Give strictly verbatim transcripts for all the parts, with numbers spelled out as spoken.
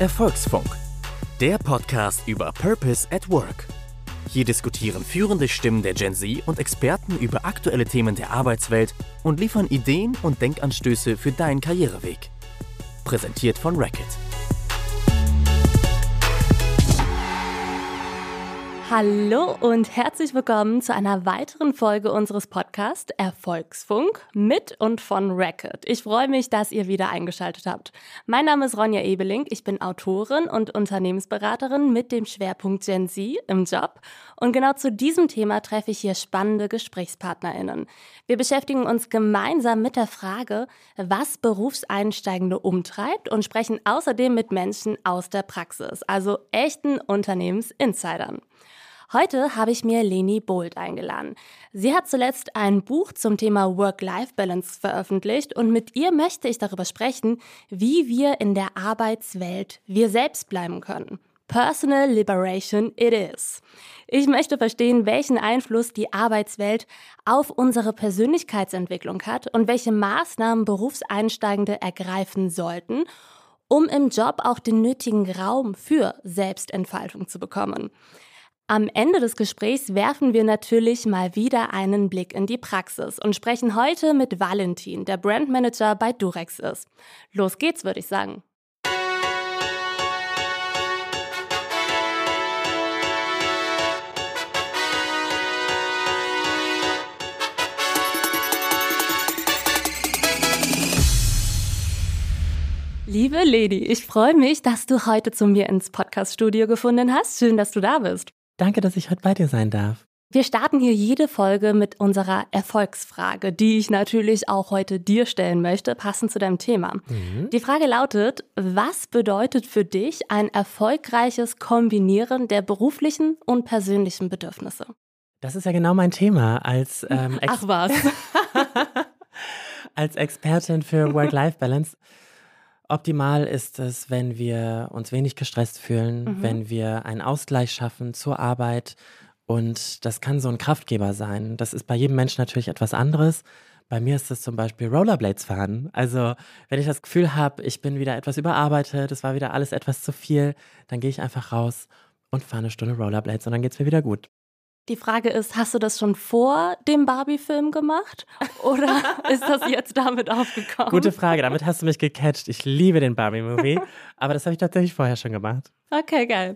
Erfolgsfunk, der Podcast über Purpose at Work. Hier diskutieren führende Stimmen der Gen Z und Experten über aktuelle Themen der Arbeitswelt und liefern Ideen und Denkanstöße für deinen Karriereweg. Präsentiert von Reckitt. Hallo und herzlich willkommen zu einer weiteren Folge unseres Podcasts Erfolgsfunk mit und von Reckitt. Ich freue mich, dass ihr wieder eingeschaltet habt. Mein Name ist Ronja Ebeling, ich bin Autorin und Unternehmensberaterin mit dem Schwerpunkt Gen Z im Job. Und genau zu diesem Thema treffe ich hier spannende GesprächspartnerInnen. Wir beschäftigen uns gemeinsam mit der Frage, was Berufseinsteigende umtreibt und sprechen außerdem mit Menschen aus der Praxis, also echten Unternehmensinsidern. Heute habe ich mir Leni Bold eingeladen. Sie hat zuletzt ein Buch zum Thema Work-Life-Balance veröffentlicht und mit ihr möchte ich darüber sprechen, wie wir in der Arbeitswelt wir selbst bleiben können. Personal Liberation it is. Ich möchte verstehen, welchen Einfluss die Arbeitswelt auf unsere Persönlichkeitsentwicklung hat und welche Maßnahmen Berufseinsteigende ergreifen sollten, um im Job auch den nötigen Raum für Selbstentfaltung zu bekommen. Am Ende des Gesprächs werfen wir natürlich mal wieder einen Blick in die Praxis und sprechen heute mit Valentin, der Brandmanager bei Durex ist. Los geht's, würde ich sagen. Liebe Leni, ich freue mich, dass du heute zu mir ins Podcast-Studio gefunden hast. Schön, dass du da bist. Danke, dass ich heute bei dir sein darf. Wir starten hier jede Folge mit unserer Erfolgsfrage, die ich natürlich auch heute dir stellen möchte, passend zu deinem Thema. Mhm. Die Frage lautet, was bedeutet für dich ein erfolgreiches Kombinieren der beruflichen und persönlichen Bedürfnisse? Das ist ja genau mein Thema als ähm, Ex- Ach was. als Expertin für Work-Life-Balance. Optimal ist es, wenn wir uns wenig gestresst fühlen, mhm. wenn wir einen Ausgleich schaffen zur Arbeit und das kann so ein Kraftgeber sein. Das ist bei jedem Menschen natürlich etwas anderes. Bei mir ist es zum Beispiel Rollerblades fahren. Also wenn ich das Gefühl habe, ich bin wieder etwas überarbeitet, es war wieder alles etwas zu viel, dann gehe ich einfach raus und fahre eine Stunde Rollerblades und dann geht es mir wieder gut. Die Frage ist, hast du das schon vor dem Barbie-Film gemacht oder ist das jetzt damit aufgekommen? Gute Frage, damit hast du mich gecatcht. Ich liebe den Barbie-Movie, aber das habe ich tatsächlich vorher schon gemacht. Okay, geil.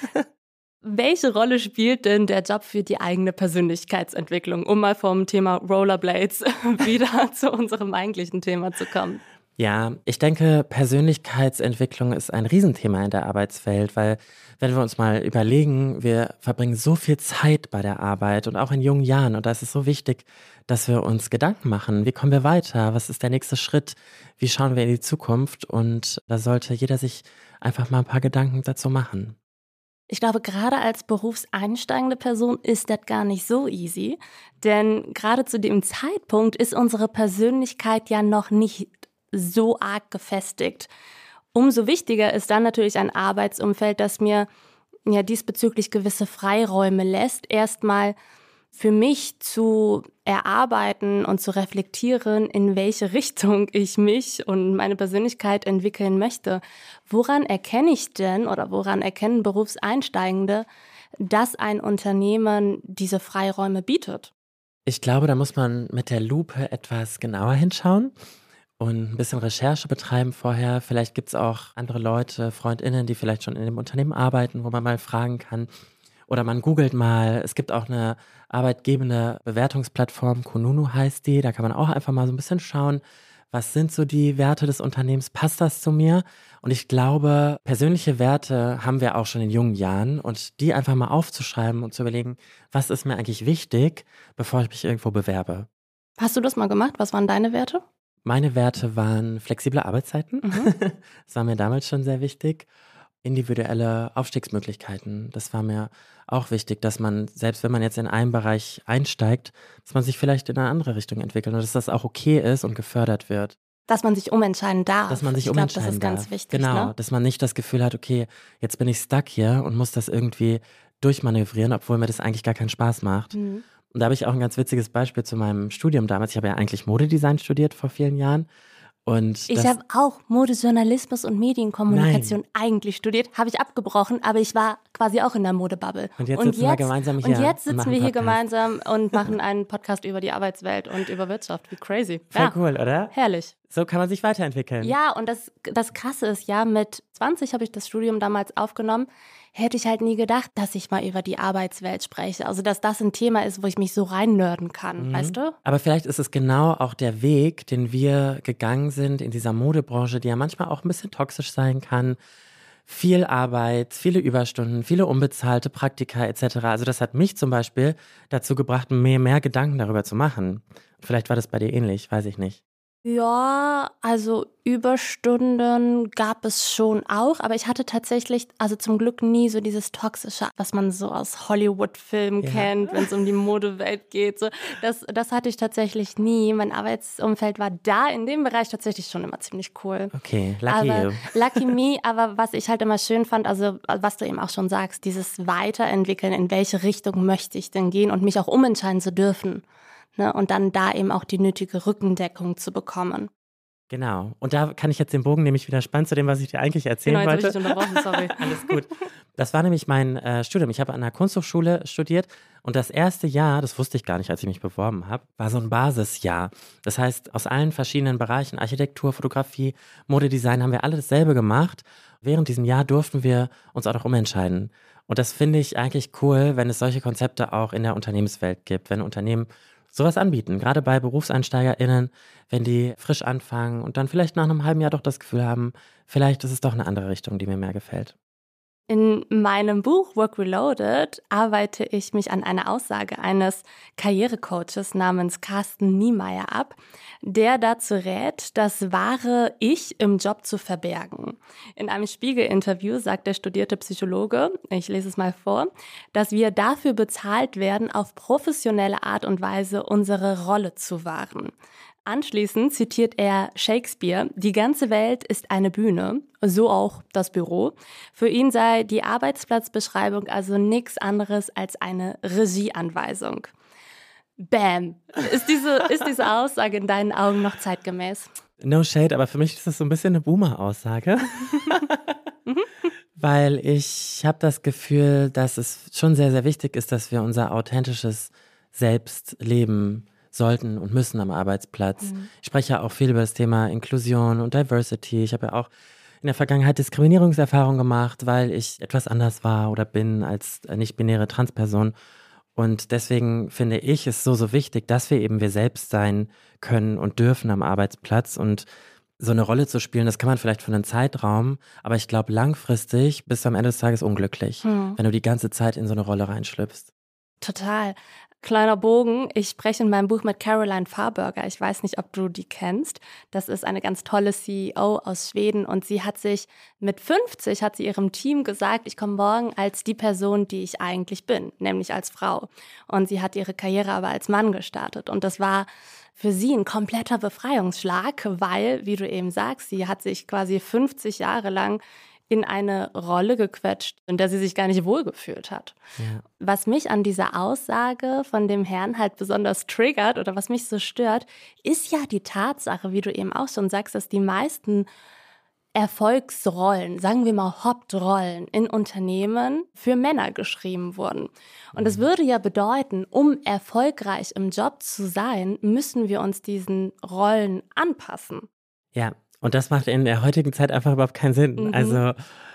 Welche Rolle spielt denn der Job für die eigene Persönlichkeitsentwicklung, um mal vom Thema Rollerblades wieder zu unserem eigentlichen Thema zu kommen? Ja, ich denke, Persönlichkeitsentwicklung ist ein Riesenthema in der Arbeitswelt, weil wenn wir uns mal überlegen, wir verbringen so viel Zeit bei der Arbeit und auch in jungen Jahren und da ist es so wichtig, dass wir uns Gedanken machen, wie kommen wir weiter, was ist der nächste Schritt, wie schauen wir in die Zukunft und da sollte jeder sich einfach mal ein paar Gedanken dazu machen. Ich glaube, gerade als berufseinsteigende Person ist das gar nicht so easy, denn gerade zu dem Zeitpunkt ist unsere Persönlichkeit ja noch nicht so arg gefestigt. Umso wichtiger ist dann natürlich ein Arbeitsumfeld, das mir ja diesbezüglich gewisse Freiräume lässt, erstmal für mich zu erarbeiten und zu reflektieren, in welche Richtung ich mich und meine Persönlichkeit entwickeln möchte. Woran erkenne ich denn oder woran erkennen Berufseinsteigende, dass ein Unternehmen diese Freiräume bietet? Ich glaube, da muss man mit der Lupe etwas genauer hinschauen und ein bisschen Recherche betreiben vorher. Vielleicht gibt es auch andere Leute, FreundInnen, die vielleicht schon in dem Unternehmen arbeiten, wo man mal fragen kann. Oder man googelt mal. Es gibt auch eine arbeitgebende Bewertungsplattform, Kununu heißt die. Da kann man auch einfach mal so ein bisschen schauen, was sind so die Werte des Unternehmens, passt das zu mir? Und ich glaube, persönliche Werte haben wir auch schon in jungen Jahren und die einfach mal aufzuschreiben und zu überlegen, was ist mir eigentlich wichtig, bevor ich mich irgendwo bewerbe. Hast du das mal gemacht? Was waren deine Werte? Meine Werte waren flexible Arbeitszeiten. Mhm. Das war mir damals schon sehr wichtig. Individuelle Aufstiegsmöglichkeiten. Das war mir auch wichtig, dass man, selbst wenn man jetzt in einen Bereich einsteigt, dass man sich vielleicht in eine andere Richtung entwickelt und dass das auch okay ist und gefördert wird. Dass man sich umentscheiden darf. Dass man sich ich umentscheiden glaub, das ist darf. ganz wichtig. Genau, ne? Dass man nicht das Gefühl hat, okay, jetzt bin ich stuck hier und muss das irgendwie durchmanövrieren, obwohl mir das eigentlich gar keinen Spaß macht. Mhm. Und da habe ich auch ein ganz witziges Beispiel zu meinem Studium damals. Ich habe ja eigentlich Modedesign studiert vor vielen Jahren. Und ich habe auch Modejournalismus und Medienkommunikation Nein. eigentlich studiert, habe ich abgebrochen, aber ich war quasi auch in der Modebubble. Und jetzt und sitzen jetzt, wir gemeinsam hier. Und jetzt sitzen und wir hier gemeinsam und machen einen Podcast über die Arbeitswelt und über Wirtschaft. Wie crazy. Voll ja. cool, oder? Herrlich. So kann man sich weiterentwickeln. Ja, und das, das Krasse ist ja, mit zwanzig habe ich das Studium damals aufgenommen, hätte ich halt nie gedacht, dass ich mal über die Arbeitswelt spreche. Also, dass das ein Thema ist, wo ich mich so reinnörden kann, mhm. weißt du? Aber vielleicht ist es genau auch der Weg, den wir gegangen sind in dieser Modebranche, die ja manchmal auch ein bisschen toxisch sein kann. Viel Arbeit, viele Überstunden, viele unbezahlte Praktika et cetera. Also das hat mich zum Beispiel dazu gebracht, mir mehr Gedanken darüber zu machen. Vielleicht war das bei dir ähnlich, weiß ich nicht. Ja, also Überstunden gab es schon auch, aber ich hatte tatsächlich, also zum Glück nie so dieses Toxische, was man so aus Hollywood-Filmen ja. kennt, wenn es um die Modewelt geht. So, das, das hatte ich tatsächlich nie. Mein Arbeitsumfeld war da in dem Bereich tatsächlich schon immer ziemlich cool. Okay, lucky aber, you. Lucky me, aber was ich halt immer schön fand, also was du eben auch schon sagst, dieses Weiterentwickeln, in welche Richtung möchte ich denn gehen und mich auch umentscheiden zu dürfen. Ne, und dann da eben auch die nötige Rückendeckung zu bekommen. Genau. Und da kann ich jetzt den Bogen nämlich wieder spannen zu dem, was ich dir eigentlich erzählen genau, wollte. Jetzt habe ich dich unterbrochen, sorry. Alles gut. Das war nämlich mein äh, Studium. Ich habe an einer Kunsthochschule studiert und das erste Jahr, das wusste ich gar nicht, als ich mich beworben habe, war so ein Basisjahr. Das heißt, aus allen verschiedenen Bereichen, Architektur, Fotografie, Modedesign, haben wir alle dasselbe gemacht. Während diesem Jahr durften wir uns auch noch umentscheiden. Und das finde ich eigentlich cool, wenn es solche Konzepte auch in der Unternehmenswelt gibt, wenn Unternehmen sowas anbieten, gerade bei BerufseinsteigerInnen, wenn die frisch anfangen und dann vielleicht nach einem halben Jahr doch das Gefühl haben, vielleicht ist es doch eine andere Richtung, die mir mehr gefällt. In meinem Buch Work Reloaded arbeite ich mich an einer Aussage eines Karrierecoaches namens Carsten Niemeyer ab, der dazu rät, das wahre Ich im Job zu verbergen. In einem Spiegel-Interview sagt der studierte Psychologe, ich lese es mal vor, dass wir dafür bezahlt werden, auf professionelle Art und Weise unsere Rolle zu wahren. Anschließend zitiert er Shakespeare: Die ganze Welt ist eine Bühne, so auch das Büro. Für ihn sei die Arbeitsplatzbeschreibung also nichts anderes als eine Regieanweisung. Bam! Ist diese, ist diese Aussage in deinen Augen noch zeitgemäß? No shade, aber für mich ist das so ein bisschen eine Boomer-Aussage. Weil ich habe das Gefühl, dass es schon sehr, sehr wichtig ist, dass wir unser authentisches Selbst leben sollten und müssen am Arbeitsplatz. Mhm. Ich spreche ja auch viel über das Thema Inklusion und Diversity. Ich habe ja auch in der Vergangenheit Diskriminierungserfahrungen gemacht, weil ich etwas anders war oder bin als nicht-binäre Transperson. Und deswegen finde ich es so, so wichtig, dass wir eben wir selbst sein können und dürfen am Arbeitsplatz. Und so eine Rolle zu spielen, das kann man vielleicht für einen Zeitraum, aber ich glaube langfristig bist du am Ende des Tages unglücklich, mhm. wenn du die ganze Zeit in so eine Rolle reinschlüpfst. Total. Kleiner Bogen, ich spreche in meinem Buch mit Caroline Farberger. Ich weiß nicht, ob du die kennst. Das ist eine ganz tolle C E O aus Schweden und sie hat sich mit fünfzig, hat sie ihrem Team gesagt, ich komme morgen als die Person, die ich eigentlich bin, nämlich als Frau. Und sie hat ihre Karriere aber als Mann gestartet und das war für sie ein kompletter Befreiungsschlag, weil, wie du eben sagst, sie hat sich quasi fünfzig Jahre lang in eine Rolle gequetscht, in der sie sich gar nicht wohlgefühlt hat. Ja. Was mich an dieser Aussage von dem Herrn halt besonders triggert oder was mich so stört, ist ja die Tatsache, wie du eben auch schon sagst, dass die meisten Erfolgsrollen, sagen wir mal Hauptrollen in Unternehmen für Männer geschrieben wurden. Und das würde ja bedeuten, um erfolgreich im Job zu sein, müssen wir uns diesen Rollen anpassen. Ja. Und das macht in der heutigen Zeit einfach überhaupt keinen Sinn. Mhm. Also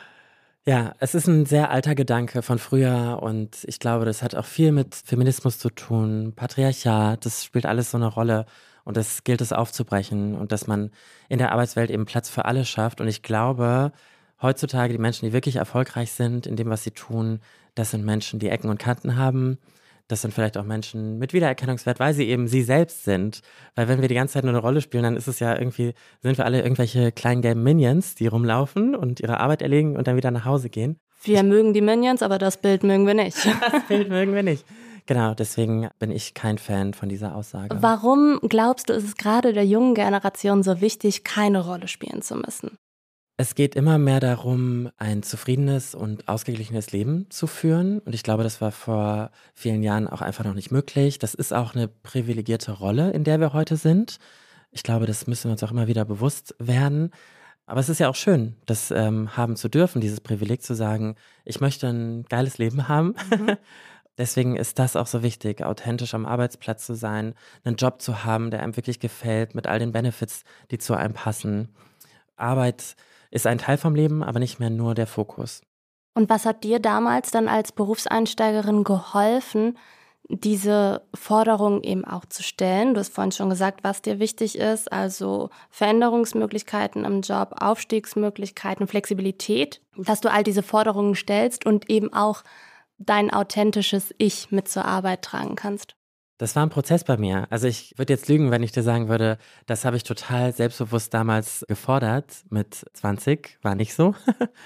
ja, es ist ein sehr alter Gedanke von früher und ich glaube, das hat auch viel mit Feminismus zu tun, Patriarchat, das spielt alles so eine Rolle und das gilt es aufzubrechen und dass man in der Arbeitswelt eben Platz für alle schafft. Und ich glaube, heutzutage die Menschen, die wirklich erfolgreich sind in dem, was sie tun, das sind Menschen, die Ecken und Kanten haben. Das sind vielleicht auch Menschen mit Wiedererkennungswert, weil sie eben sie selbst sind. Weil wenn wir die ganze Zeit nur eine Rolle spielen, dann ist es ja irgendwie, sind wir alle irgendwelche kleinen gelben Minions, die rumlaufen und ihre Arbeit erledigen und dann wieder nach Hause gehen. Wir ich, mögen die Minions, aber das Bild mögen wir nicht. Das Bild mögen wir nicht. Genau, deswegen bin ich kein Fan von dieser Aussage. Warum glaubst du, ist es gerade der jungen Generation so wichtig, keine Rolle spielen zu müssen? Es geht immer mehr darum, ein zufriedenes und ausgeglichenes Leben zu führen. Und ich glaube, das war vor vielen Jahren auch einfach noch nicht möglich. Das ist auch eine privilegierte Rolle, in der wir heute sind. Ich glaube, das müssen wir uns auch immer wieder bewusst werden. Aber es ist ja auch schön, das ähm, haben zu dürfen, dieses Privileg zu sagen, ich möchte ein geiles Leben haben. Mhm. Deswegen ist das auch so wichtig, authentisch am Arbeitsplatz zu sein, einen Job zu haben, der einem wirklich gefällt, mit all den Benefits, die zu einem passen. Arbeit ist ein Teil vom Leben, aber nicht mehr nur der Fokus. Und was hat dir damals dann als Berufseinsteigerin geholfen, diese Forderungen eben auch zu stellen? Du hast vorhin schon gesagt, was dir wichtig ist, also Veränderungsmöglichkeiten im Job, Aufstiegsmöglichkeiten, Flexibilität, dass du all diese Forderungen stellst und eben auch dein authentisches Ich mit zur Arbeit tragen kannst. Das war ein Prozess bei mir. Also ich würde jetzt lügen, wenn ich dir sagen würde, das habe ich total selbstbewusst damals gefordert. Mit zwanzig war nicht so.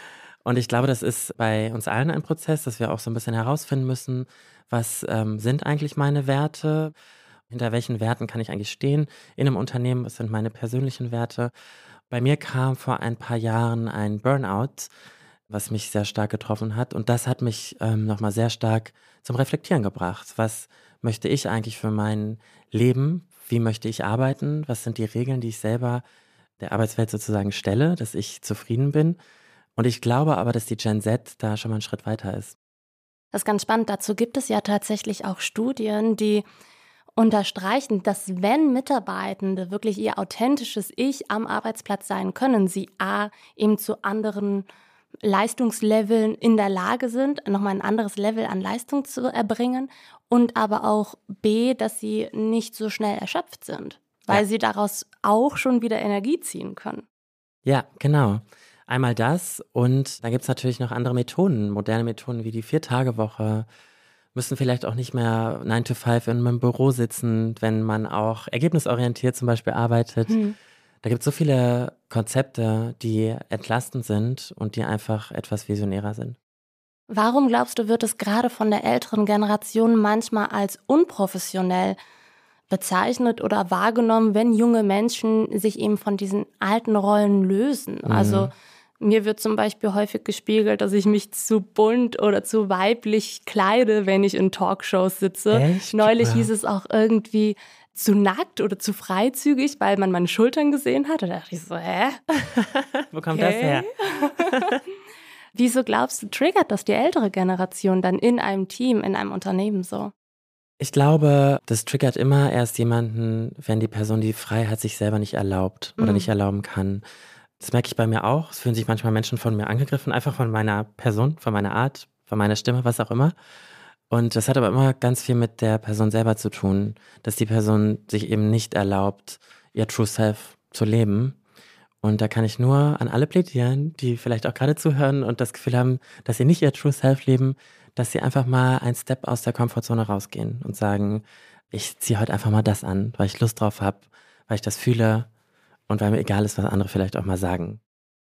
Und ich glaube, das ist bei uns allen ein Prozess, dass wir auch so ein bisschen herausfinden müssen, was ähm, sind eigentlich meine Werte, hinter welchen Werten kann ich eigentlich stehen in einem Unternehmen, was sind meine persönlichen Werte. Bei mir kam vor ein paar Jahren ein Burnout, was mich sehr stark getroffen hat. Und das hat mich ähm, nochmal sehr stark zum Reflektieren gebracht. Was möchte ich eigentlich für mein Leben? Wie möchte ich arbeiten? Was sind die Regeln, die ich selber der Arbeitswelt sozusagen stelle, dass ich zufrieden bin? Und ich glaube aber, dass die Gen Z da schon mal einen Schritt weiter ist. Das ist ganz spannend. Dazu gibt es ja tatsächlich auch Studien, die unterstreichen, dass wenn Mitarbeitende wirklich ihr authentisches Ich am Arbeitsplatz sein können, sie a. eben zu anderen Leistungsleveln in der Lage sind, nochmal ein anderes Level an Leistung zu erbringen und aber auch b. dass sie nicht so schnell erschöpft sind, weil ja. sie daraus auch schon wieder Energie ziehen können. Ja, genau. Einmal das und dann gibt es natürlich noch andere Methoden, moderne Methoden wie die Vier-Tage-Woche, müssen vielleicht auch nicht mehr nine to five in einem Büro sitzen, wenn man auch ergebnisorientiert zum Beispiel arbeitet. Hm. Da gibt es so viele Konzepte, die entlastend sind und die einfach etwas visionärer sind. Warum glaubst du, wird es gerade von der älteren Generation manchmal als unprofessionell bezeichnet oder wahrgenommen, wenn junge Menschen sich eben von diesen alten Rollen lösen? Mhm. Also mir wird zum Beispiel häufig gespiegelt, dass ich mich zu bunt oder zu weiblich kleide, wenn ich in Talkshows sitze. Echt? Neulich ja. hieß es auch irgendwie zu nackt oder zu freizügig, weil man meine Schultern gesehen hat. Da dachte ich so, hä? Wo kommt okay. das her? Wieso glaubst du, triggert das die ältere Generation dann in einem Team, in einem Unternehmen so? Ich glaube, das triggert immer erst jemanden, wenn die Person die Freiheit sich selber nicht erlaubt oder mhm. nicht erlauben kann. Das merke ich bei mir auch. Es fühlen sich manchmal Menschen von mir angegriffen, einfach von meiner Person, von meiner Art, von meiner Stimme, was auch immer. Und das hat aber immer ganz viel mit der Person selber zu tun, dass die Person sich eben nicht erlaubt, ihr True Self zu leben. Und da kann ich nur an alle plädieren, die vielleicht auch gerade zuhören und das Gefühl haben, dass sie nicht ihr True Self leben, dass sie einfach mal einen Step aus der Komfortzone rausgehen und sagen, ich ziehe heute einfach mal das an, weil ich Lust drauf habe, weil ich das fühle und weil mir egal ist, was andere vielleicht auch mal sagen.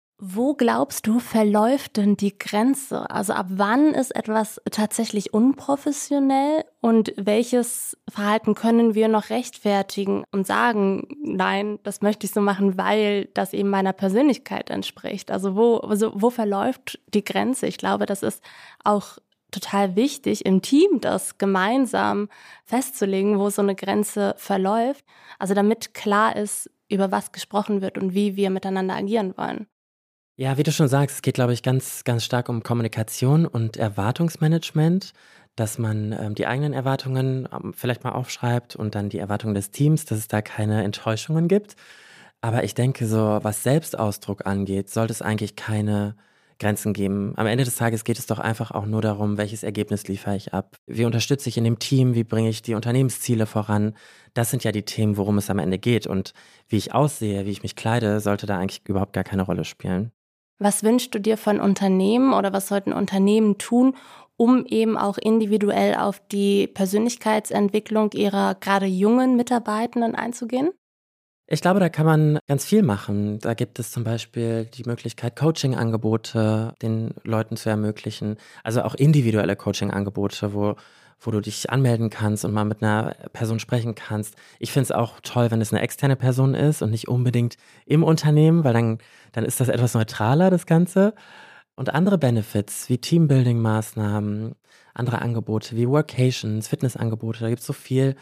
Wo glaubst du, verläuft denn die Grenze? Also ab wann ist etwas tatsächlich unprofessionell und welches Verhalten können wir noch rechtfertigen und sagen, nein, das möchte ich so machen, weil das eben meiner Persönlichkeit entspricht? Also wo, also wo verläuft die Grenze? Ich glaube, das ist auch total wichtig, im Team das gemeinsam festzulegen, wo so eine Grenze verläuft. Also damit klar ist, über was gesprochen wird und wie wir miteinander agieren wollen. Ja, wie du schon sagst, es geht, glaube ich, ganz, ganz stark um Kommunikation und Erwartungsmanagement, dass man ähm, die eigenen Erwartungen ähm, vielleicht mal aufschreibt und dann die Erwartungen des Teams, dass es da keine Enttäuschungen gibt. Aber ich denke, so was Selbstausdruck angeht, sollte es eigentlich keine Grenzen geben. Am Ende des Tages geht es doch einfach auch nur darum, welches Ergebnis liefere ich ab. Wie unterstütze ich in dem Team? Wie bringe ich die Unternehmensziele voran? Das sind ja die Themen, worum es am Ende geht. Und wie ich aussehe, wie ich mich kleide, sollte da eigentlich überhaupt gar keine Rolle spielen. Was wünschst du dir von Unternehmen oder was sollten Unternehmen tun, um eben auch individuell auf die Persönlichkeitsentwicklung ihrer gerade jungen Mitarbeitenden einzugehen? Ich glaube, da kann man ganz viel machen. Da gibt es zum Beispiel die Möglichkeit, Coaching-Angebote den Leuten zu ermöglichen. Also auch individuelle Coaching-Angebote, wo, wo du dich anmelden kannst und mal mit einer Person sprechen kannst. Ich finde es auch toll, wenn es eine externe Person ist und nicht unbedingt im Unternehmen, weil dann, dann ist das etwas neutraler, das Ganze. Und andere Benefits wie Teambuilding-Maßnahmen, andere Angebote wie Workations, Fitnessangebote, da gibt es so viel,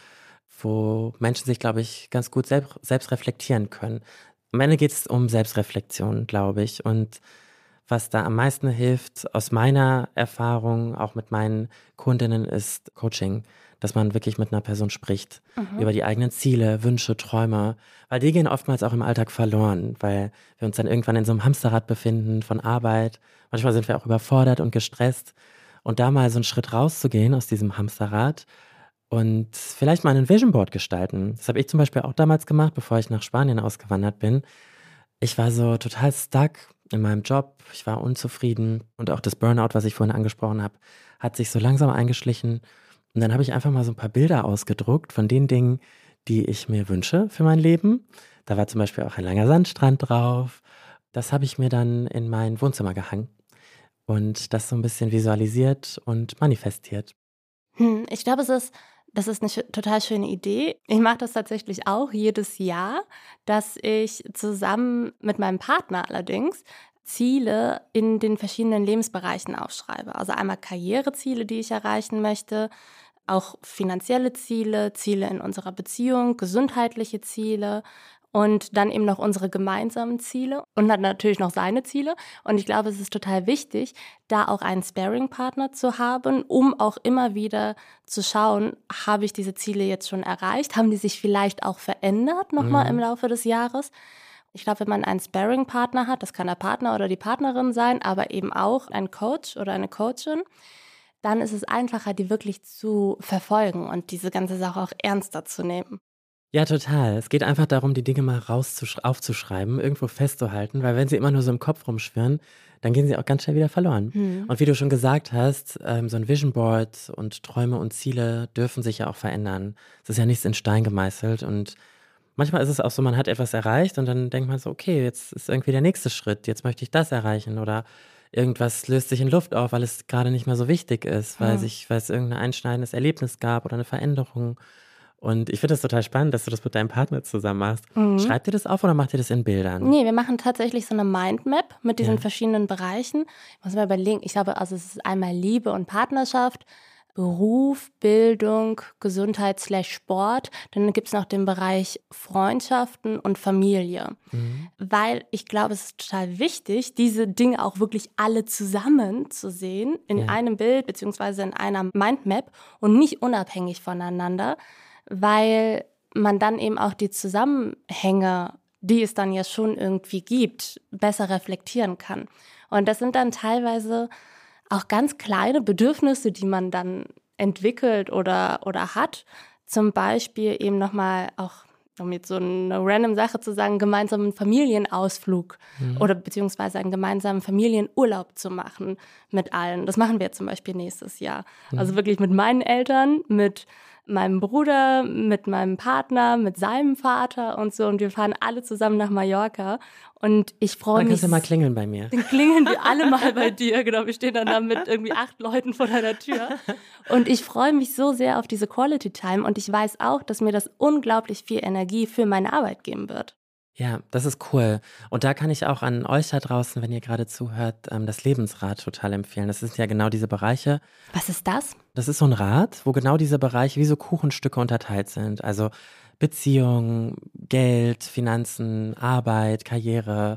wo Menschen sich, glaube ich, ganz gut selbst, selbst reflektieren können. Am Ende geht es um Selbstreflexion, glaube ich. Und was da am meisten hilft, aus meiner Erfahrung, auch mit meinen Kundinnen, ist Coaching. Dass man wirklich mit einer Person spricht, mhm. über die eigenen Ziele, Wünsche, Träume. Weil die gehen oftmals auch im Alltag verloren, weil wir uns dann irgendwann in so einem Hamsterrad befinden von Arbeit. Manchmal sind wir auch überfordert und gestresst. Und da mal so einen Schritt rauszugehen aus diesem Hamsterrad und vielleicht mal ein Vision Board gestalten. Das habe ich zum Beispiel auch damals gemacht, bevor ich nach Spanien ausgewandert bin. Ich war so total stuck in meinem Job. Ich war unzufrieden. Und auch das Burnout, was ich vorhin angesprochen habe, hat sich so langsam eingeschlichen. Und dann habe ich einfach mal so ein paar Bilder ausgedruckt von den Dingen, die ich mir wünsche für mein Leben. Da war zum Beispiel auch ein langer Sandstrand drauf. Das habe ich mir dann in mein Wohnzimmer gehangen und das so ein bisschen visualisiert und manifestiert. Hm, ich glaube, es ist, das ist eine sch- total schöne Idee. Ich mache das tatsächlich auch jedes Jahr, dass ich zusammen mit meinem Partner allerdings Ziele in den verschiedenen Lebensbereichen aufschreibe. Also einmal Karriereziele, die ich erreichen möchte, auch finanzielle Ziele, Ziele in unserer Beziehung, gesundheitliche Ziele und dann eben noch unsere gemeinsamen Ziele und dann natürlich noch seine Ziele. Und ich glaube, es ist total wichtig, da auch einen Sparring-Partner zu haben, um auch immer wieder zu schauen, habe ich diese Ziele jetzt schon erreicht? Haben die sich vielleicht auch verändert nochmal mhm. im Laufe des Jahres? Ich glaube, wenn man einen Sparring-Partner hat, das kann der Partner oder die Partnerin sein, aber eben auch ein Coach oder eine Coachin, dann ist es einfacher, die wirklich zu verfolgen und diese ganze Sache auch ernster zu nehmen. Ja, total. Es geht einfach darum, die Dinge mal rauszusch- aufzuschreiben, irgendwo festzuhalten, weil wenn sie immer nur so im Kopf rumschwirren, dann gehen sie auch ganz schnell wieder verloren. Hm. Und wie du schon gesagt hast, ähm, so ein Vision Board und Träume und Ziele dürfen sich ja auch verändern. Es ist ja nichts in Stein gemeißelt und manchmal ist es auch so, man hat etwas erreicht und dann denkt man so, okay, jetzt ist irgendwie der nächste Schritt, jetzt möchte ich das erreichen oder irgendwas löst sich in Luft auf, weil es gerade nicht mehr so wichtig ist, weil, ja. sich, weil es irgendein einschneidendes Erlebnis gab oder eine Veränderung. Und ich finde das total spannend, dass du das mit deinem Partner zusammen machst. Mhm. Schreibt ihr das auf oder macht ihr das in Bildern? Nee, wir machen tatsächlich so eine Mindmap mit diesen ja. verschiedenen Bereichen. Ich muss mal überlegen, ich glaube, also es ist einmal Liebe und Partnerschaft, Beruf, Bildung, Gesundheit slash Sport. Dann gibt es noch den Bereich Freundschaften und Familie. Mhm. Weil ich glaube, es ist total wichtig, diese Dinge auch wirklich alle zusammen zu sehen in ja. einem Bild beziehungsweise in einer Mindmap und nicht unabhängig voneinander, weil man dann eben auch die Zusammenhänge, die es dann ja schon irgendwie gibt, besser reflektieren kann. Und das sind dann teilweise auch ganz kleine Bedürfnisse, die man dann entwickelt oder, oder hat. Zum Beispiel eben nochmal auch, um jetzt so eine random Sache zu sagen, gemeinsamen Familienausflug mhm. oder beziehungsweise einen gemeinsamen Familienurlaub zu machen mit allen. Das machen wir zum Beispiel nächstes Jahr. Mhm. Also wirklich mit meinen Eltern, mit meinem Bruder, mit meinem Partner, mit seinem Vater und so. Und wir fahren alle zusammen nach Mallorca. Und ich freue mich. Dann kannst du mal klingeln bei mir. Dann klingeln wir alle mal bei dir. Genau, wir stehen dann da mit irgendwie acht Leuten vor deiner Tür. Und ich freue mich so sehr auf diese Quality Time. Und ich weiß auch, dass mir das unglaublich viel Energie für meine Arbeit geben wird. Ja, das ist cool. Und da kann ich auch an euch da draußen, wenn ihr gerade zuhört, das Lebensrad total empfehlen. Das sind ja genau diese Bereiche. Was ist das? Das ist so ein Rad, wo genau diese Bereiche wie so Kuchenstücke unterteilt sind. Also Beziehung, Geld, Finanzen, Arbeit, Karriere,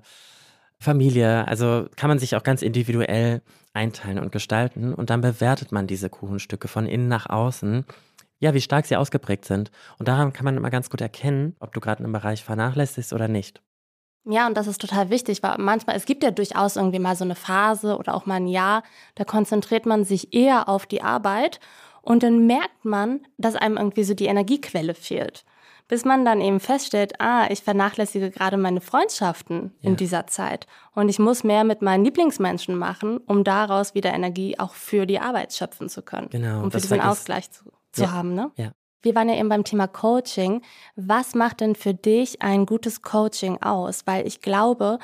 Familie. Also kann man sich auch ganz individuell einteilen und gestalten. Und dann bewertet man diese Kuchenstücke von innen nach außen. Ja, wie stark sie ausgeprägt sind. Und daran kann man immer ganz gut erkennen, ob du gerade einen Bereich vernachlässigst oder nicht. Ja, und das ist total wichtig, weil manchmal, es gibt ja durchaus irgendwie mal so eine Phase oder auch mal ein Jahr, da konzentriert man sich eher auf die Arbeit und dann merkt man, dass einem irgendwie so die Energiequelle fehlt. Bis man dann eben feststellt, ah, ich vernachlässige gerade meine Freundschaften ja. in dieser Zeit und ich muss mehr mit meinen Lieblingsmenschen machen, um daraus wieder Energie auch für die Arbeit schöpfen zu können. Genau. Um für diesen Ausgleich zu zu ja. haben, ne? Ja. Wir waren ja eben beim Thema Coaching. Was macht denn für dich ein gutes Coaching aus? Weil ich glaube,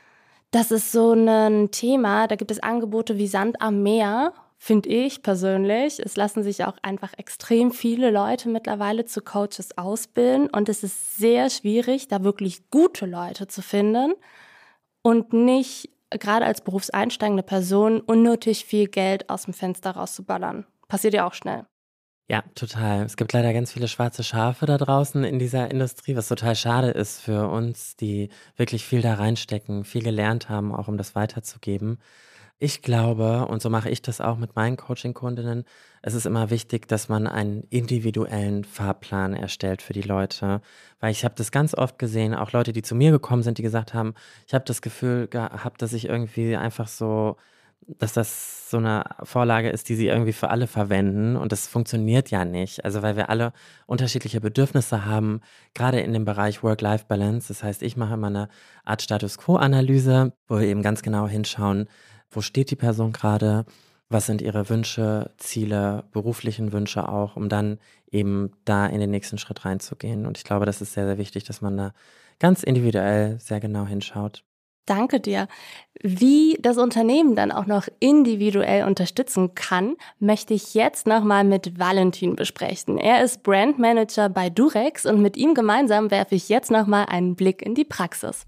das ist so ein Thema, da gibt es Angebote wie Sand am Meer, finde ich persönlich. Es lassen sich auch einfach extrem viele Leute mittlerweile zu Coaches ausbilden und es ist sehr schwierig, da wirklich gute Leute zu finden und nicht, gerade als berufseinsteigende Person, unnötig viel Geld aus dem Fenster rauszuballern. Passiert ja auch schnell. Ja, total. Es gibt leider ganz viele schwarze Schafe da draußen in dieser Industrie, was total schade ist für uns, die wirklich viel da reinstecken, viel gelernt haben, auch um das weiterzugeben. Ich glaube, und so mache ich das auch mit meinen Coaching-Kundinnen, es ist immer wichtig, dass man einen individuellen Fahrplan erstellt für die Leute. Weil ich habe das ganz oft gesehen, auch Leute, die zu mir gekommen sind, die gesagt haben, ich habe das Gefühl gehabt, dass ich irgendwie einfach so, dass das so eine Vorlage ist, die sie irgendwie für alle verwenden. Und das funktioniert ja nicht. Also weil wir alle unterschiedliche Bedürfnisse haben, gerade in dem Bereich Work-Life-Balance. Das heißt, ich mache immer eine Art Status-Quo-Analyse, wo wir eben ganz genau hinschauen, wo steht die Person gerade, was sind ihre Wünsche, Ziele, beruflichen Wünsche auch, um dann eben da in den nächsten Schritt reinzugehen. Und ich glaube, das ist sehr, sehr wichtig, dass man da ganz individuell sehr genau hinschaut. Danke dir. Wie das Unternehmen dann auch noch individuell unterstützen kann, möchte ich jetzt nochmal mit Valentin besprechen. Er ist Brandmanager bei Durex und mit ihm gemeinsam werfe ich jetzt nochmal einen Blick in die Praxis.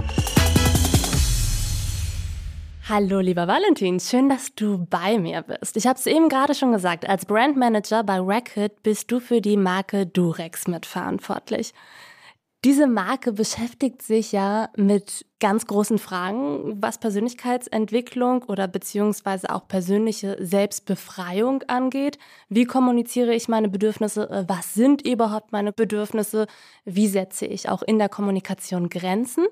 Hallo lieber Valentin, schön, dass du bei mir bist. Ich habe es eben gerade schon gesagt, als Brandmanager bei Reckitt bist du für die Marke Durex mitverantwortlich. Diese Marke beschäftigt sich ja mit ganz großen Fragen, was Persönlichkeitsentwicklung oder beziehungsweise auch persönliche Selbstbefreiung angeht. Wie kommuniziere ich meine Bedürfnisse? Was sind überhaupt meine Bedürfnisse? Wie setze ich auch in der Kommunikation Grenzen?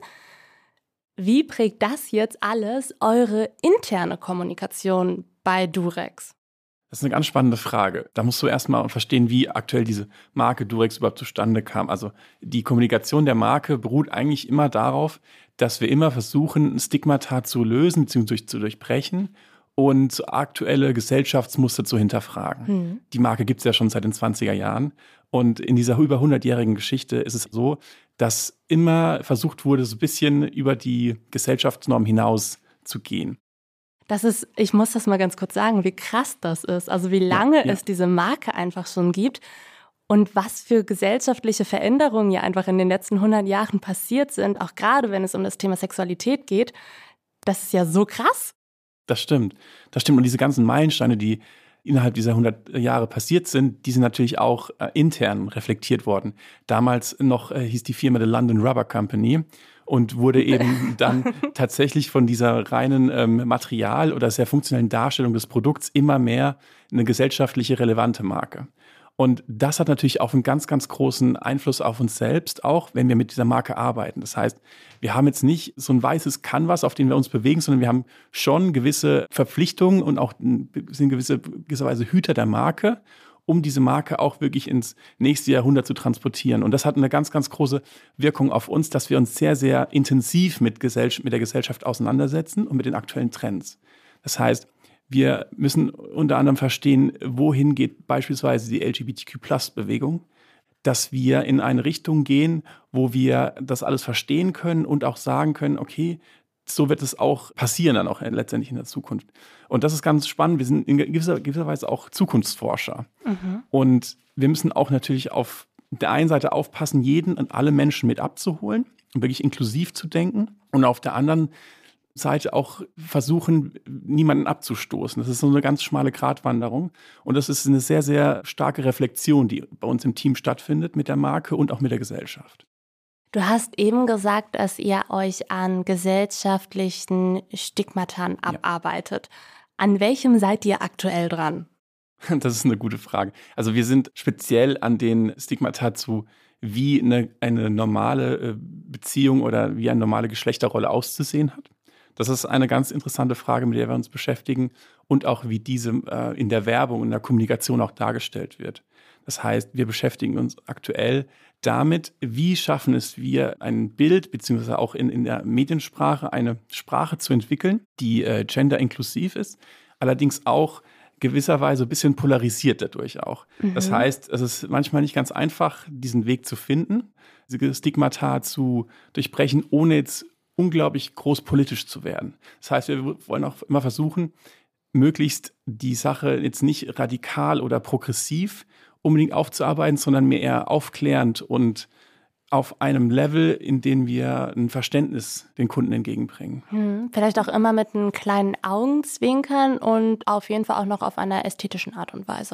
Wie prägt das jetzt alles eure interne Kommunikation bei Durex? Das ist eine ganz spannende Frage. Da musst du erstmal verstehen, wie aktuell diese Marke Durex überhaupt zustande kam. Also die Kommunikation der Marke beruht eigentlich immer darauf, dass wir immer versuchen, Stigmata zu lösen bzw. zu durchbrechen und aktuelle Gesellschaftsmuster zu hinterfragen. Hm. Die Marke gibt es ja schon seit den zwanziger Jahren. Und in dieser über hundertjährigen Geschichte ist es so, dass immer versucht wurde, so ein bisschen über die Gesellschaftsnorm hinaus zu gehen. Das ist, ich muss das mal ganz kurz sagen, wie krass das ist. Also wie lange ja, ja. es diese Marke einfach schon gibt und was für gesellschaftliche Veränderungen ja einfach in den letzten hundert Jahren passiert sind, auch gerade wenn es um das Thema Sexualität geht. Das ist ja so krass. Das stimmt. Das stimmt. Und diese ganzen Meilensteine, die innerhalb dieser hundert Jahre passiert sind, die sind natürlich auch äh, intern reflektiert worden. Damals noch äh, hieß die Firma The London Rubber Company und wurde eben dann tatsächlich von dieser reinen ähm, Material- oder sehr funktionellen Darstellung des Produkts immer mehr eine gesellschaftliche relevante Marke. Und das hat natürlich auch einen ganz, ganz großen Einfluss auf uns selbst, auch wenn wir mit dieser Marke arbeiten. Das heißt, wir haben jetzt nicht so ein weißes Canvas, auf dem wir uns bewegen, sondern wir haben schon gewisse Verpflichtungen und auch sind gewisse, gewisserweise Hüter der Marke, um diese Marke auch wirklich ins nächste Jahrhundert zu transportieren. Und das hat eine ganz, ganz große Wirkung auf uns, dass wir uns sehr, sehr intensiv mit, Gesell- mit der Gesellschaft auseinandersetzen und mit den aktuellen Trends. Das heißt, wir müssen unter anderem verstehen, wohin geht beispielsweise die L G B T Q Plus Bewegung, dass wir in eine Richtung gehen, wo wir das alles verstehen können und auch sagen können, okay, so wird es auch passieren dann auch letztendlich in der Zukunft. Und das ist ganz spannend. Wir sind in gewisser, gewisser Weise auch Zukunftsforscher. Mhm. Und wir müssen auch natürlich auf der einen Seite aufpassen, jeden und alle Menschen mit abzuholen und wirklich inklusiv zu denken. Und auf der anderen Seite auch versuchen, niemanden abzustoßen. Das ist so eine ganz schmale Gratwanderung. Und das ist eine sehr, sehr starke Reflexion, die bei uns im Team stattfindet mit der Marke und auch mit der Gesellschaft. Du hast eben gesagt, dass ihr euch an gesellschaftlichen Stigmata abarbeitet. Ja. An welchem seid ihr aktuell dran? Das ist eine gute Frage. Also wir sind speziell an den Stigmata zu, wie eine, eine normale Beziehung oder wie eine normale Geschlechterrolle auszusehen hat. Das ist eine ganz interessante Frage, mit der wir uns beschäftigen und auch wie diese äh, in der Werbung, in der Kommunikation auch dargestellt wird. Das heißt, wir beschäftigen uns aktuell damit, wie schaffen es wir, ein Bild beziehungsweise auch in, in der Mediensprache eine Sprache zu entwickeln, die äh, genderinklusiv ist, allerdings auch gewisserweise ein bisschen polarisiert dadurch auch. Mhm. Das heißt, es ist manchmal nicht ganz einfach, diesen Weg zu finden, diese Stigmata zu durchbrechen, ohne jetzt unglaublich groß politisch zu werden. Das heißt, wir wollen auch immer versuchen, möglichst die Sache jetzt nicht radikal oder progressiv unbedingt aufzuarbeiten, sondern mehr eher aufklärend und auf einem Level, in dem wir ein Verständnis den Kunden entgegenbringen. Hm, vielleicht auch immer mit einem kleinen Augenzwinkern und auf jeden Fall auch noch auf einer ästhetischen Art und Weise.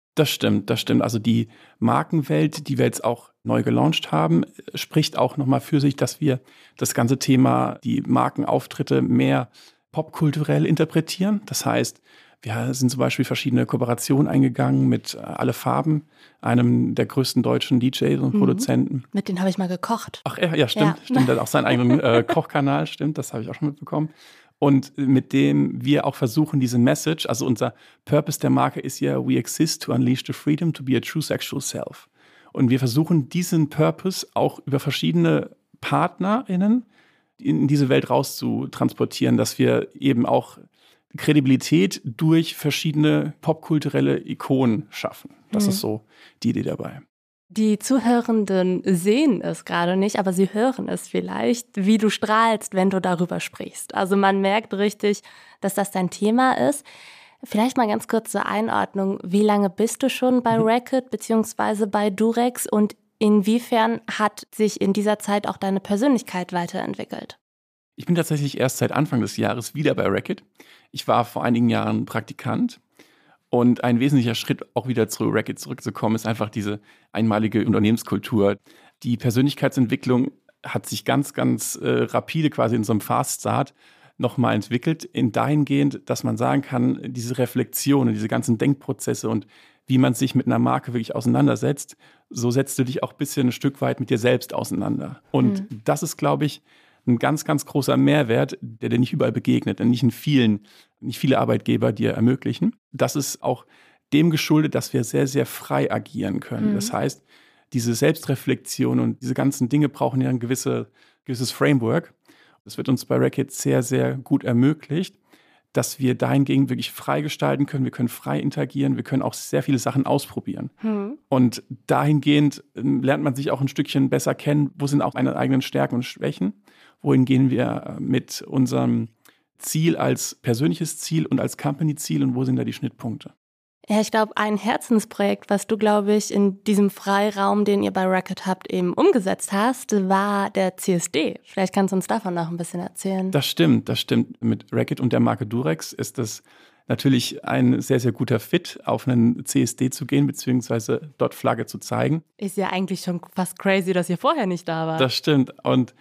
Das stimmt, das stimmt. Also die Markenwelt, die wir jetzt auch neu gelauncht haben, spricht auch nochmal für sich, dass wir das ganze Thema, die Markenauftritte mehr popkulturell interpretieren. Das heißt, wir sind zum Beispiel verschiedene Kooperationen eingegangen mit Alle Farben, einem der größten deutschen D Js und mhm. Produzenten. Mit denen habe ich mal gekocht. Ach ja, ja stimmt. Ja. Stimmt, der hat auch seinen eigenen äh, Kochkanal, stimmt, das habe ich auch schon mitbekommen. Und mit dem wir auch versuchen, diese Message, also unser Purpose der Marke ist ja, we exist to unleash the freedom to be a true sexual self. Und wir versuchen, diesen Purpose auch über verschiedene PartnerInnen in diese Welt rauszutransportieren, dass wir eben auch Kredibilität durch verschiedene popkulturelle Ikonen schaffen. Das mhm. ist so die Idee dabei. Die Zuhörenden sehen es gerade nicht, aber sie hören es vielleicht, wie du strahlst, wenn du darüber sprichst. Also man merkt richtig, dass das dein Thema ist. Vielleicht mal ganz kurz zur Einordnung. Wie lange bist du schon bei mhm. Reckitt beziehungsweise bei Durex und inwiefern hat sich in dieser Zeit auch deine Persönlichkeit weiterentwickelt? Ich bin tatsächlich erst seit Anfang des Jahres wieder bei Reckitt. Ich war vor einigen Jahren Praktikant. Und ein wesentlicher Schritt, auch wieder zu Reckitt zurückzukommen, ist einfach diese einmalige Unternehmenskultur. Die Persönlichkeitsentwicklung hat sich ganz, ganz äh, rapide quasi in so einem Fast Start nochmal entwickelt, in dahingehend, dass man sagen kann, diese Reflexion und diese ganzen Denkprozesse und wie man sich mit einer Marke wirklich auseinandersetzt, so setzt du dich auch ein bisschen ein Stück weit mit dir selbst auseinander. Und mhm. das ist, glaube ich, ein ganz, ganz großer Mehrwert, der dir nicht überall begegnet, denn nicht in vielen, nicht viele Arbeitgeber dir ermöglichen. Das ist auch dem geschuldet, dass wir sehr, sehr frei agieren können. Mhm. Das heißt, diese Selbstreflexion und diese ganzen Dinge brauchen ja ein gewisse, gewisses Framework. Das wird uns bei Reckitt sehr, sehr gut ermöglicht, dass wir dahingegen wirklich frei gestalten können. Wir können frei interagieren, wir können auch sehr viele Sachen ausprobieren. Mhm. Und dahingehend lernt man sich auch ein Stückchen besser kennen, wo sind auch meine eigenen Stärken und Schwächen. Wohin gehen wir mit unserem Ziel als persönliches Ziel und als Company-Ziel und wo sind da die Schnittpunkte? Ja, ich glaube, ein Herzensprojekt, was du, glaube ich, in diesem Freiraum, den ihr bei Reckitt habt, eben umgesetzt hast, war der C S D. Vielleicht kannst du uns davon noch ein bisschen erzählen. Das stimmt, das stimmt. Mit Reckitt und der Marke Durex ist das natürlich ein sehr, sehr guter Fit, auf einen C S D zu gehen, beziehungsweise dort Flagge zu zeigen. Ist ja eigentlich schon fast crazy, dass ihr vorher nicht da wart. Das stimmt. Und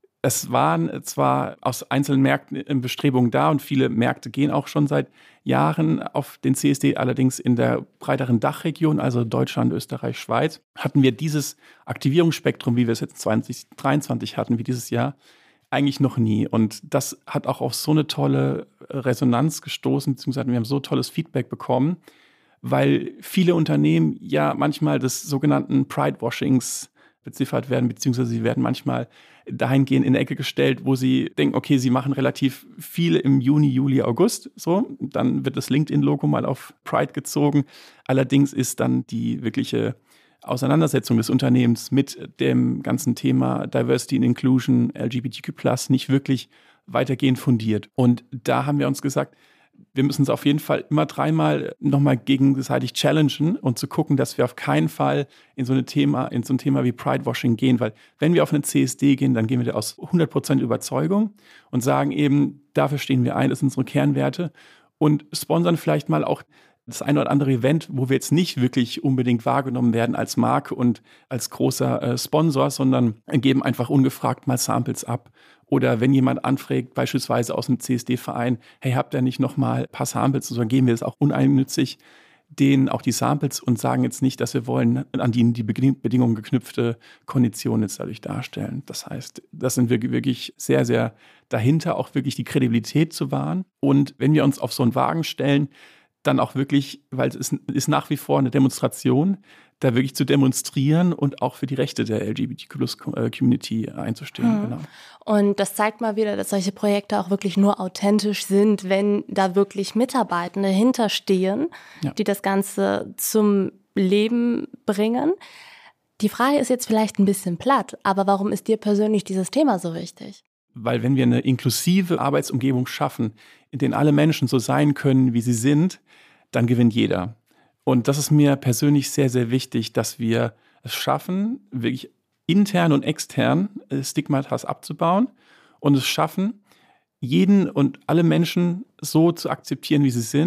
es waren zwar aus einzelnen Märkten Bestrebungen da und viele Märkte gehen auch schon seit Jahren auf den C S D, allerdings in der breiteren Dachregion, also Deutschland, Österreich, Schweiz, hatten wir dieses Aktivierungsspektrum, wie wir es jetzt zwanzig dreiundzwanzig hatten, wie dieses Jahr, eigentlich noch nie. Und das hat auch auf so eine tolle Resonanz gestoßen, beziehungsweise wir haben so tolles Feedback bekommen, weil viele Unternehmen ja manchmal des sogenannten Pride-Washings beziffert werden, beziehungsweise sie werden manchmal dahingehend in die Ecke gestellt, wo sie denken, okay, sie machen relativ viel im Juni, Juli, August, so, dann wird das LinkedIn-Logo mal auf Pride gezogen. Allerdings ist dann die wirkliche Auseinandersetzung des Unternehmens mit dem ganzen Thema Diversity and Inclusion, L G B T Q plus, nicht wirklich weitergehend fundiert. Und da haben wir uns gesagt, wir müssen uns auf jeden Fall immer dreimal nochmal gegenseitig challengen und zu gucken, dass wir auf keinen Fall in so, eine Thema, in so ein Thema wie Pride-Washing gehen, weil wenn wir auf einen C S D gehen, dann gehen wir da aus hundert Prozent Überzeugung und sagen eben, dafür stehen wir ein, das sind unsere Kernwerte und sponsern vielleicht mal auch das eine oder andere Event, wo wir jetzt nicht wirklich unbedingt wahrgenommen werden als Marke und als großer äh, Sponsor, sondern geben einfach ungefragt mal Samples ab. Oder wenn jemand anfragt, beispielsweise aus einem C S D-Verein, hey, habt ihr nicht noch mal ein paar Samples, sondern geben wir das auch uneigennützig, denen auch die Samples und sagen jetzt nicht, dass wir wollen an die, die Bedingungen geknüpfte Konditionen jetzt dadurch darstellen. Das heißt, das sind wir wirklich sehr, sehr dahinter, auch wirklich die Kredibilität zu wahren. Und wenn wir uns auf so einen Wagen stellen, dann auch wirklich, weil es ist nach wie vor eine Demonstration, da wirklich zu demonstrieren und auch für die Rechte der L G B T Q plus Community einzustehen. Hm. Genau. Und das zeigt mal wieder, dass solche Projekte auch wirklich nur authentisch sind, wenn da wirklich Mitarbeitende hinterstehen, ja, die das Ganze zum Leben bringen. Die Frage ist jetzt vielleicht ein bisschen platt, aber warum ist dir persönlich dieses Thema so wichtig? Weil wenn wir eine inklusive Arbeitsumgebung schaffen, in der alle Menschen so sein können, wie sie sind, dann gewinnt jeder. Und das ist mir persönlich sehr, sehr wichtig, dass wir es schaffen, wirklich intern und extern Stigmatas abzubauen und es schaffen, jeden und alle Menschen so zu akzeptieren, wie sie sind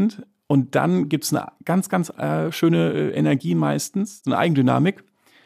Und dann gibt es eine ganz, ganz äh, schöne äh, Energie meistens, eine Eigendynamik,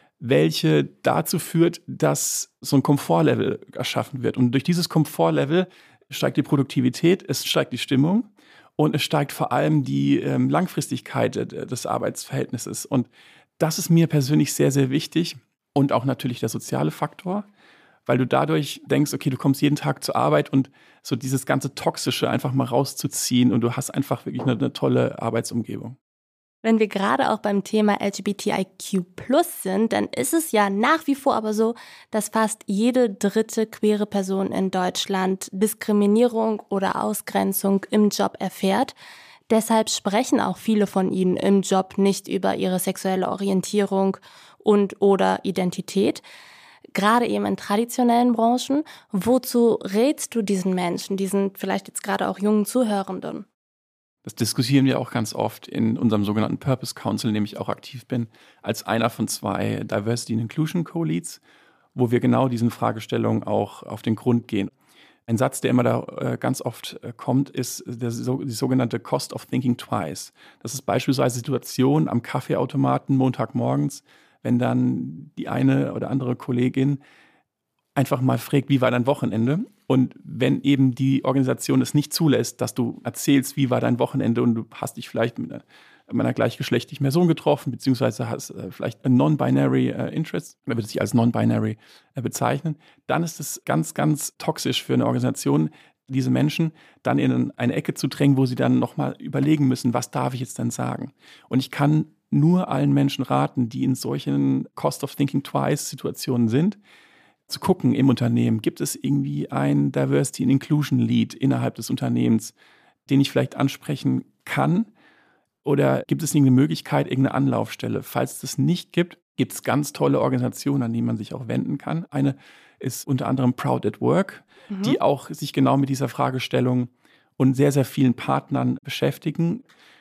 welche dazu führt, dass so ein Komfortlevel erschaffen wird. Und durch dieses Komfortlevel steigt die Produktivität, es steigt die Stimmung und es steigt vor allem die ähm, Langfristigkeit äh, des Arbeitsverhältnisses. Und das ist mir persönlich sehr, sehr wichtig. Und auch natürlich der soziale Faktor, weil du dadurch denkst, okay, du kommst jeden Tag zur Arbeit und so dieses ganze Toxische einfach mal rauszuziehen und du hast einfach wirklich eine, eine tolle Arbeitsumgebung. Wenn wir gerade auch beim Thema L G B T I Q plus sind, dann ist es ja nach wie vor aber so, dass fast jede dritte queere Person in Deutschland Diskriminierung oder Ausgrenzung im Job erfährt. Deshalb sprechen auch viele von ihnen im Job nicht über ihre sexuelle Orientierung und oder Identität. Gerade eben in traditionellen Branchen. Wozu rätst du diesen Menschen, diesen vielleicht jetzt gerade auch jungen Zuhörenden? Das diskutieren wir auch ganz oft in unserem sogenannten Purpose Council, in dem ich auch aktiv bin, als einer von zwei Diversity and Inclusion Co-Leads, wo wir genau diesen Fragestellungen auch auf den Grund gehen. Ein Satz, der immer da äh, ganz oft äh, kommt, ist der, so, die sogenannte Cost of Thinking Twice. Das ist beispielsweise Situation am Kaffeeautomaten Montagmorgens, wenn dann die eine oder andere Kollegin einfach mal fragt, wie war dein Wochenende? Und wenn eben die Organisation es nicht zulässt, dass du erzählst, wie war dein Wochenende und du hast dich vielleicht mit einer, mit einer gleichgeschlechtlichen Person getroffen, beziehungsweise hast äh, vielleicht ein non-binary äh, Interest, oder wird es sich als non-binary äh, bezeichnen, dann ist es ganz, ganz toxisch für eine Organisation, diese Menschen dann in eine Ecke zu drängen, wo sie dann nochmal überlegen müssen, was darf ich jetzt denn sagen? Und ich kann nur allen Menschen raten, die in solchen Cost of Thinking Twice Situationen sind, zu gucken im Unternehmen, gibt es irgendwie ein Diversity and Inclusion Lead innerhalb des Unternehmens, den ich vielleicht ansprechen kann? Oder gibt es irgendeine Möglichkeit, irgendeine Anlaufstelle? Falls es das nicht gibt, gibt es ganz tolle Organisationen, an die man sich auch wenden kann. Eine ist unter anderem Proud at Work, mhm. die auch sich genau mit dieser Fragestellung und sehr, sehr vielen Partnern beschäftigen,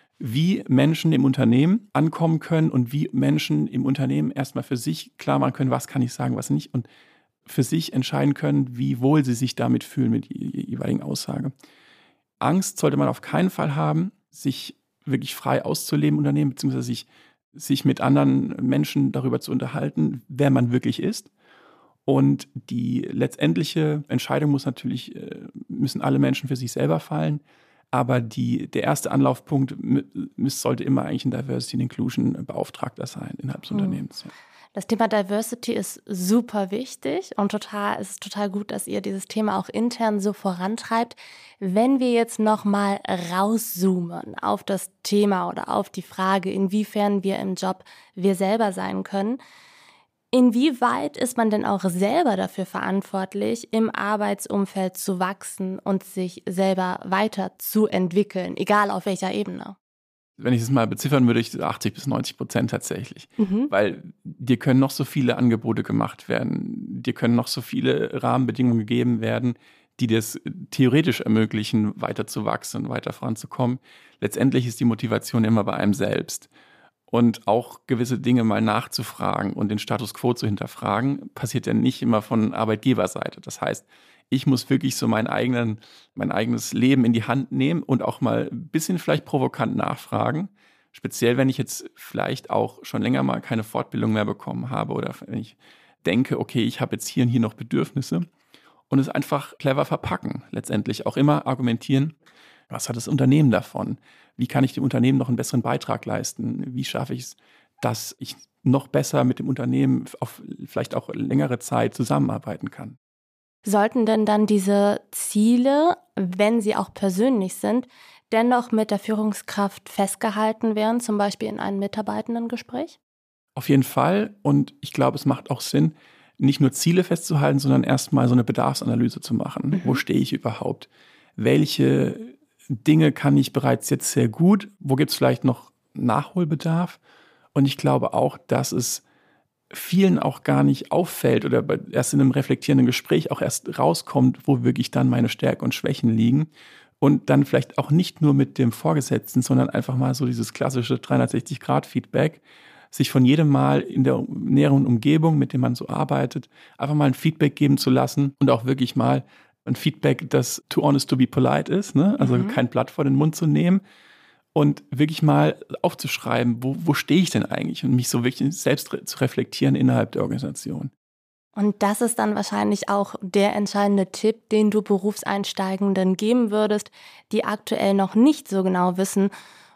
wie Menschen im Unternehmen ankommen können und wie Menschen im Unternehmen erstmal für sich klar machen können, was kann ich sagen, was nicht, und für sich entscheiden können, wie wohl sie sich damit fühlen mit der jeweiligen Aussage. Angst sollte man auf keinen Fall haben, sich wirklich frei auszuleben im Unternehmen, beziehungsweise sich, sich mit anderen Menschen darüber zu unterhalten, wer man wirklich ist. Und die letztendliche Entscheidung muss natürlich, müssen alle Menschen für sich selber fallen. Aber die, der erste Anlaufpunkt sollte immer eigentlich ein Diversity and Inclusion Beauftragter sein innerhalb des mhm. Unternehmens. Ja. Das Thema Diversity ist super wichtig und total, es ist total gut, dass ihr dieses Thema auch intern so vorantreibt. Wenn wir jetzt nochmal rauszoomen auf das Thema oder auf die Frage, inwiefern wir im Job wir selber sein können, inwieweit ist man denn auch selber dafür verantwortlich, im Arbeitsumfeld zu wachsen und sich selber weiterzuentwickeln, egal auf welcher Ebene? Wenn ich es mal beziffern würde, ich achtzig bis neunzig Prozent tatsächlich. Mhm. Weil dir können noch so viele Angebote gemacht werden, dir können noch so viele Rahmenbedingungen gegeben werden, die dir es theoretisch ermöglichen, weiter zu wachsen, weiter voranzukommen. Letztendlich ist die Motivation immer bei einem selbst. Und auch gewisse Dinge mal nachzufragen und den Status quo zu hinterfragen, passiert ja nicht immer von Arbeitgeberseite. Das heißt, ich muss wirklich so mein, eigenen, mein eigenes Leben in die Hand nehmen und auch mal ein bisschen vielleicht provokant nachfragen. Speziell, wenn ich jetzt vielleicht auch schon länger mal keine Fortbildung mehr bekommen habe oder wenn ich denke, okay, ich habe jetzt hier und hier noch Bedürfnisse, und es einfach clever verpacken. Letztendlich auch immer argumentieren, was hat das Unternehmen davon? Wie kann ich dem Unternehmen noch einen besseren Beitrag leisten? Wie schaffe ich es, dass ich noch besser mit dem Unternehmen auf vielleicht auch längere Zeit zusammenarbeiten kann? Sollten denn dann diese Ziele, wenn sie auch persönlich sind, dennoch mit der Führungskraft festgehalten werden, zum Beispiel in einem Mitarbeitendengespräch? Auf jeden Fall. Und ich glaube, es macht auch Sinn, nicht nur Ziele festzuhalten, sondern erstmal so eine Bedarfsanalyse zu machen. Mhm. Wo stehe ich überhaupt? Welche Dinge kann ich bereits jetzt sehr gut? Wo gibt es vielleicht noch Nachholbedarf? Und ich glaube auch, dass es vielen auch gar nicht auffällt oder erst in einem reflektierenden Gespräch auch erst rauskommt, wo wirklich dann meine Stärken und Schwächen liegen. Und dann vielleicht auch nicht nur mit dem Vorgesetzten, sondern einfach mal so dieses klassische dreihundertsechzig Grad Feedback, sich von jedem Mal in der näheren Umgebung, mit dem man so arbeitet, einfach mal ein Feedback geben zu lassen und auch wirklich mal ein Feedback, das too honest to be polite ist, ne? Also mhm. kein Blatt vor den Mund zu nehmen und wirklich mal aufzuschreiben, wo, wo stehe ich denn eigentlich und mich so wirklich selbst re- zu reflektieren innerhalb der Organisation. Und das ist dann wahrscheinlich auch der entscheidende Tipp, den du Berufseinsteigenden geben würdest, die aktuell noch nicht so genau wissen,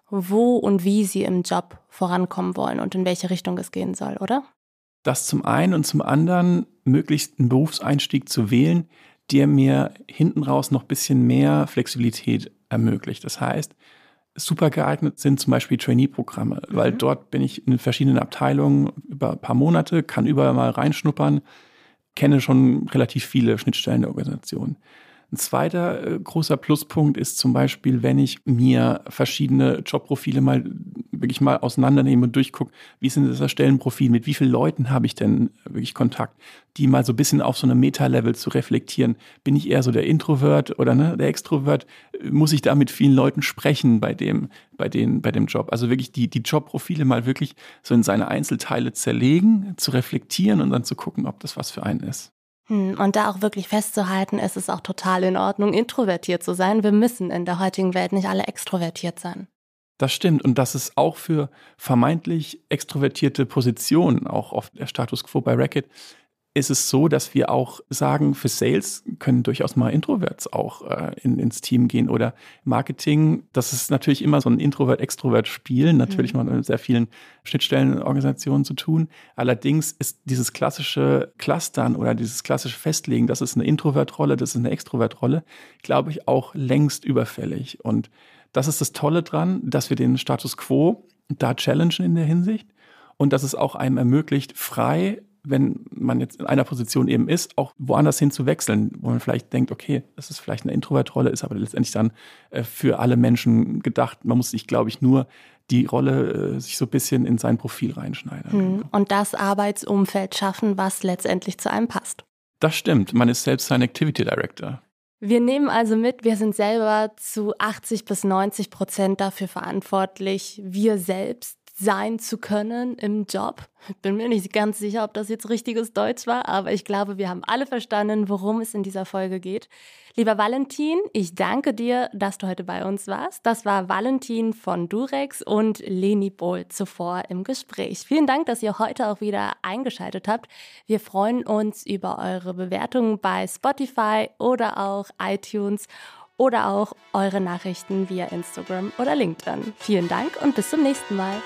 wo und wie sie im Job vorankommen wollen und in welche Richtung es gehen soll, oder? Das zum einen und zum anderen möglichst einen Berufseinstieg zu wählen, der mir hinten raus noch ein bisschen mehr Flexibilität ermöglicht. Das heißt, super geeignet sind zum Beispiel Trainee-Programme, mhm. weil dort bin ich in verschiedenen Abteilungen über ein paar Monate, kann überall mal reinschnuppern, kenne schon relativ viele Schnittstellen der Organisation. Ein zweiter äh, großer Pluspunkt ist zum Beispiel, wenn ich mir verschiedene Jobprofile mal wirklich mal auseinandernehme und durchgucke, wie ist denn das Stellenprofil, mit wie vielen Leuten habe ich denn wirklich Kontakt, die mal so ein bisschen auf so einem Meta-Level zu reflektieren. Bin ich eher so der Introvert oder ne, der Extrovert? Muss ich da mit vielen Leuten sprechen bei dem, bei den, bei dem Job? Also wirklich die, die Jobprofile mal wirklich so in seine Einzelteile zerlegen, zu reflektieren und dann zu gucken, ob das was für einen ist. Und da auch wirklich festzuhalten, es ist auch total in Ordnung, introvertiert zu sein. Wir müssen in der heutigen Welt nicht alle extrovertiert sein. Das stimmt. Und das ist auch für vermeintlich extrovertierte Positionen, auch oft der Status quo bei Reckitt, ist es so, dass wir auch sagen, für Sales können durchaus mal Introverts auch äh, in, ins Team gehen oder Marketing. Das ist natürlich immer so ein Introvert-Extrovert-Spiel, natürlich mhm. mal mit sehr vielen Schnittstellenorganisationen zu tun. Allerdings ist dieses klassische Clustern oder dieses klassische Festlegen, das ist eine Introvert-Rolle, das ist eine Extrovert-Rolle, glaube ich, auch längst überfällig. Und das ist das Tolle dran, dass wir den Status quo da challengen in der Hinsicht und dass es auch einem ermöglicht, frei, wenn man jetzt in einer Position eben ist, auch woanders hin zu wechseln, wo man vielleicht denkt, okay, das ist vielleicht eine Introvert-Rolle, ist aber letztendlich dann äh, für alle Menschen gedacht. Man muss sich, glaube ich, nur die Rolle äh, sich so ein bisschen in sein Profil reinschneiden. Hm. Und das Arbeitsumfeld schaffen, was letztendlich zu einem passt. Das stimmt. Man ist selbst sein Activity Director. Wir nehmen also mit, wir sind selber zu achtzig bis neunzig Prozent dafür verantwortlich, wir selbst sein zu können im Job. Ich bin mir nicht ganz sicher, ob das jetzt richtiges Deutsch war, aber ich glaube, wir haben alle verstanden, worum es in dieser Folge geht. Lieber Valentin, ich danke dir, dass du heute bei uns warst. Das war Valentin von Durex und Leni Bohl zuvor im Gespräch. Vielen Dank, dass ihr heute auch wieder eingeschaltet habt. Wir freuen uns über eure Bewertungen bei Spotify oder auch iTunes oder auch eure Nachrichten via Instagram oder LinkedIn. Vielen Dank und bis zum nächsten Mal.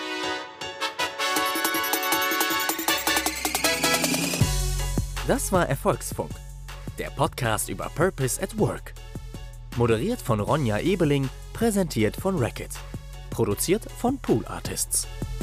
Das war Erfolgsfunk, der Podcast über Purpose at Work. Moderiert von Ronja Ebeling, präsentiert von Reckitt. Produziert von Pool Artists.